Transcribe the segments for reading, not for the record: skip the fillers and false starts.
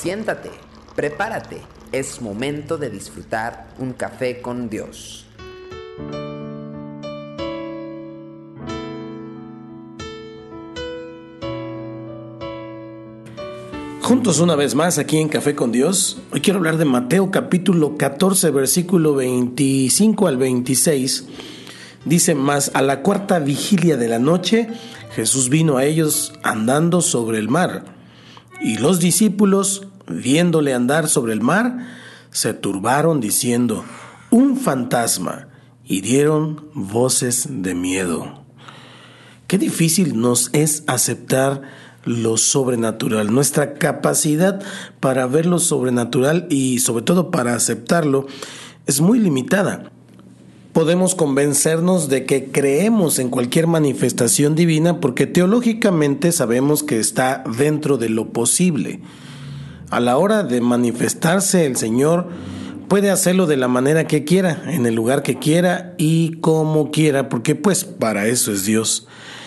Siéntate, prepárate, es momento de disfrutar un café con Dios. Juntos una vez más aquí en Café con Dios. Hoy quiero hablar de Mateo capítulo 14, versículo 25 al 26. Dice: mas a la cuarta vigilia de la noche, Jesús vino a ellos andando sobre el mar. Y los discípulos, viéndole andar sobre el mar, se turbaron diciendo: un fantasma, y dieron voces de miedo. Qué difícil nos es aceptar lo sobrenatural. Nuestra capacidad para ver lo sobrenatural y sobre todo para aceptarlo es muy limitada. Podemos convencernos de que creemos en cualquier manifestación divina porque teológicamente sabemos que está dentro de lo posible. A la hora de manifestarse, el Señor puede hacerlo de la manera que quiera, en el lugar que quiera y como quiera, porque pues para eso es Dios.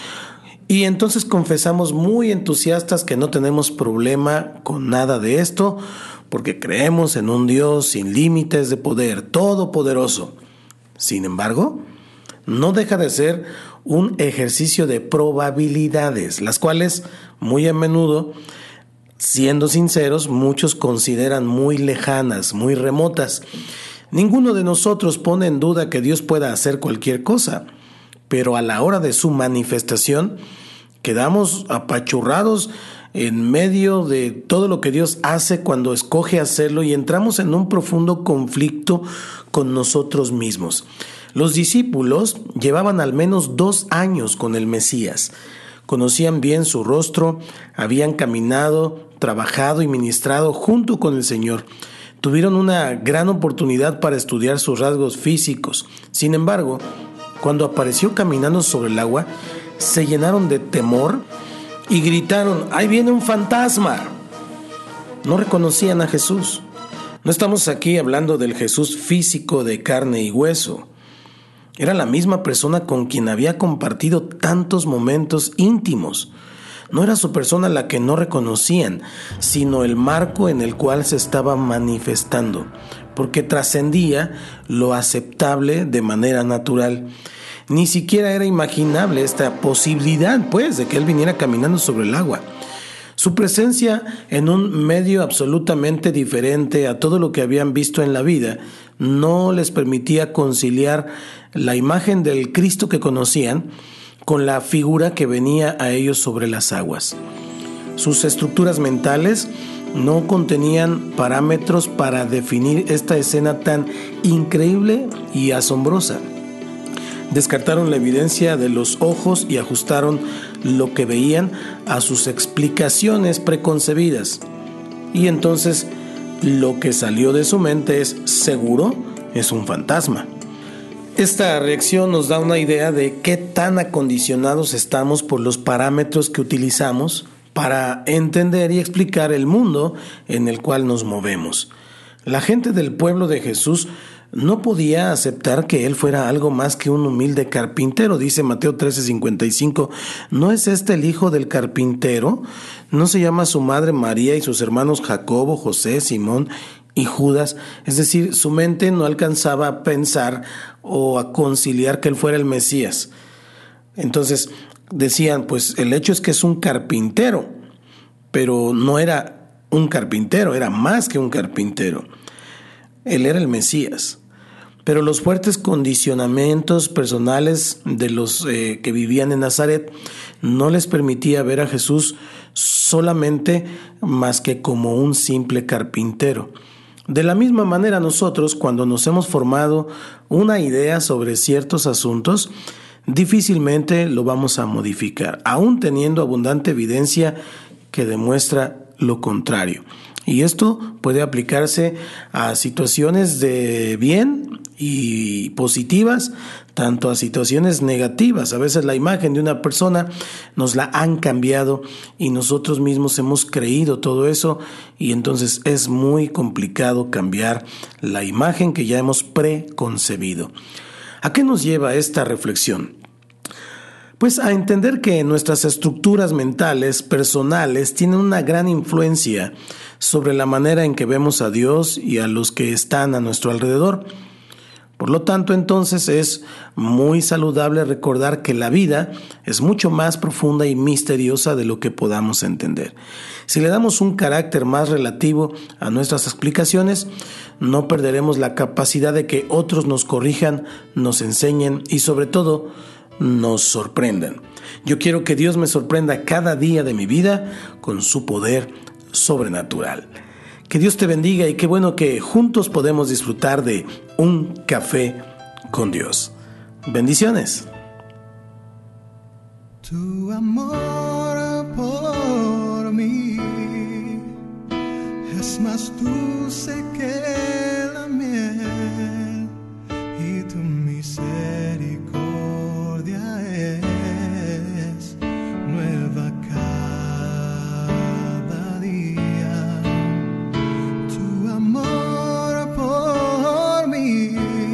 Y entonces confesamos muy entusiastas que no tenemos problema con nada de esto, porque creemos en un Dios sin límites de poder, todopoderoso. Sin embargo, no deja de ser un ejercicio de probabilidades, las cuales muy a menudo, siendo sinceros, muchos consideran muy lejanas, muy remotas. Ninguno de nosotros pone en duda que Dios pueda hacer cualquier cosa, pero a la hora de su manifestación quedamos apachurrados en medio de todo lo que Dios hace cuando escoge hacerlo y entramos en un profundo conflicto con nosotros mismos. Los discípulos llevaban al menos 2 años con el Mesías. Conocían bien su rostro, habían caminado, trabajado y ministrado junto con el Señor. Tuvieron una gran oportunidad para estudiar sus rasgos físicos. Sin embargo, cuando apareció caminando sobre el agua, se llenaron de temor y gritaron: ¡ahí viene un fantasma! No reconocían a Jesús. No estamos aquí hablando del Jesús físico de carne y hueso. Era la misma persona con quien había compartido tantos momentos íntimos. No era su persona la que no reconocían, sino el marco en el cual se estaba manifestando, porque trascendía lo aceptable de manera natural. Ni siquiera era imaginable esta posibilidad, pues, de que él viniera caminando sobre el agua. Su presencia en un medio absolutamente diferente a todo lo que habían visto en la vida no les permitía conciliar la imagen del Cristo que conocían con la figura que venía a ellos sobre las aguas. Sus estructuras mentales no contenían parámetros para definir esta escena tan increíble y asombrosa. Descartaron la evidencia de los ojos y ajustaron lo que veían a sus explicaciones preconcebidas. Y entonces lo que salió de su mente es: seguro es un fantasma. Esta reacción nos da una idea de qué tan acondicionados estamos por los parámetros que utilizamos para entender y explicar el mundo en el cual nos movemos. La gente del pueblo de Jesús no podía aceptar que él fuera algo más que un humilde carpintero. Dice Mateo 13:55, ¿no es este el hijo del carpintero? ¿No se llama su madre María y sus hermanos Jacobo, José, Simón y Judas? Es decir, su mente no alcanzaba a pensar o a conciliar que él fuera el Mesías. Entonces decían, pues el hecho es que es un carpintero, pero no era un carpintero, era más que un carpintero. Él era el Mesías. Pero los fuertes condicionamientos personales de los que vivían en Nazaret no les permitía ver a Jesús solamente más que como un simple carpintero. De la misma manera nosotros, cuando nos hemos formado una idea sobre ciertos asuntos, difícilmente lo vamos a modificar, aún teniendo abundante evidencia que demuestra lo contrario. Y esto puede aplicarse a situaciones de bien y positivas, tanto a situaciones negativas. A veces la imagen de una persona nos la han cambiado y nosotros mismos hemos creído todo eso, y entonces es muy complicado cambiar la imagen que ya hemos preconcebido. ¿A qué nos lleva esta reflexión? Pues a entender que nuestras estructuras mentales personales tienen una gran influencia sobre la manera en que vemos a Dios y a los que están a nuestro alrededor. Por lo tanto, entonces es muy saludable recordar que la vida es mucho más profunda y misteriosa de lo que podamos entender. Si le damos un carácter más relativo a nuestras explicaciones, no perderemos la capacidad de que otros nos corrijan, nos enseñen y sobre todo nos sorprendan. Yo quiero que Dios me sorprenda cada día de mi vida con su poder sobrenatural. Que Dios te bendiga y qué bueno que juntos podemos disfrutar de un café con Dios. Bendiciones. Tu amor por mí es más dulce que la miel y tu misericordia es nueva cada día. Tu amor por mí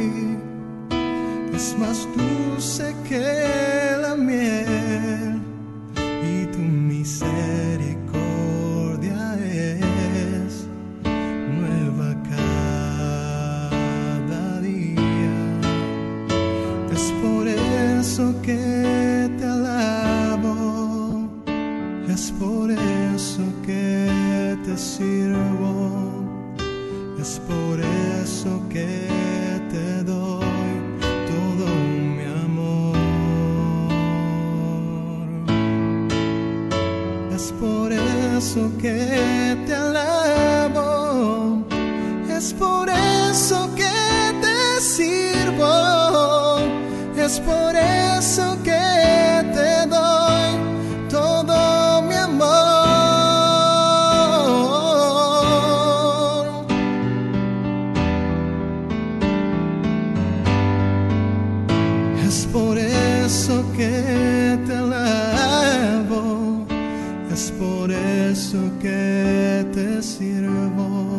es más dulce que la miel y tu misericordia es nueva cada día. Es por eso que te alabo, es por eso que te sirvo, es por eso que te doy todo mi amor. Es por eso que te alabo, es por eso que te sirvo, es por eso que te doy todo mi amor. Es por eso que te alabo, es por eso que te sirvo.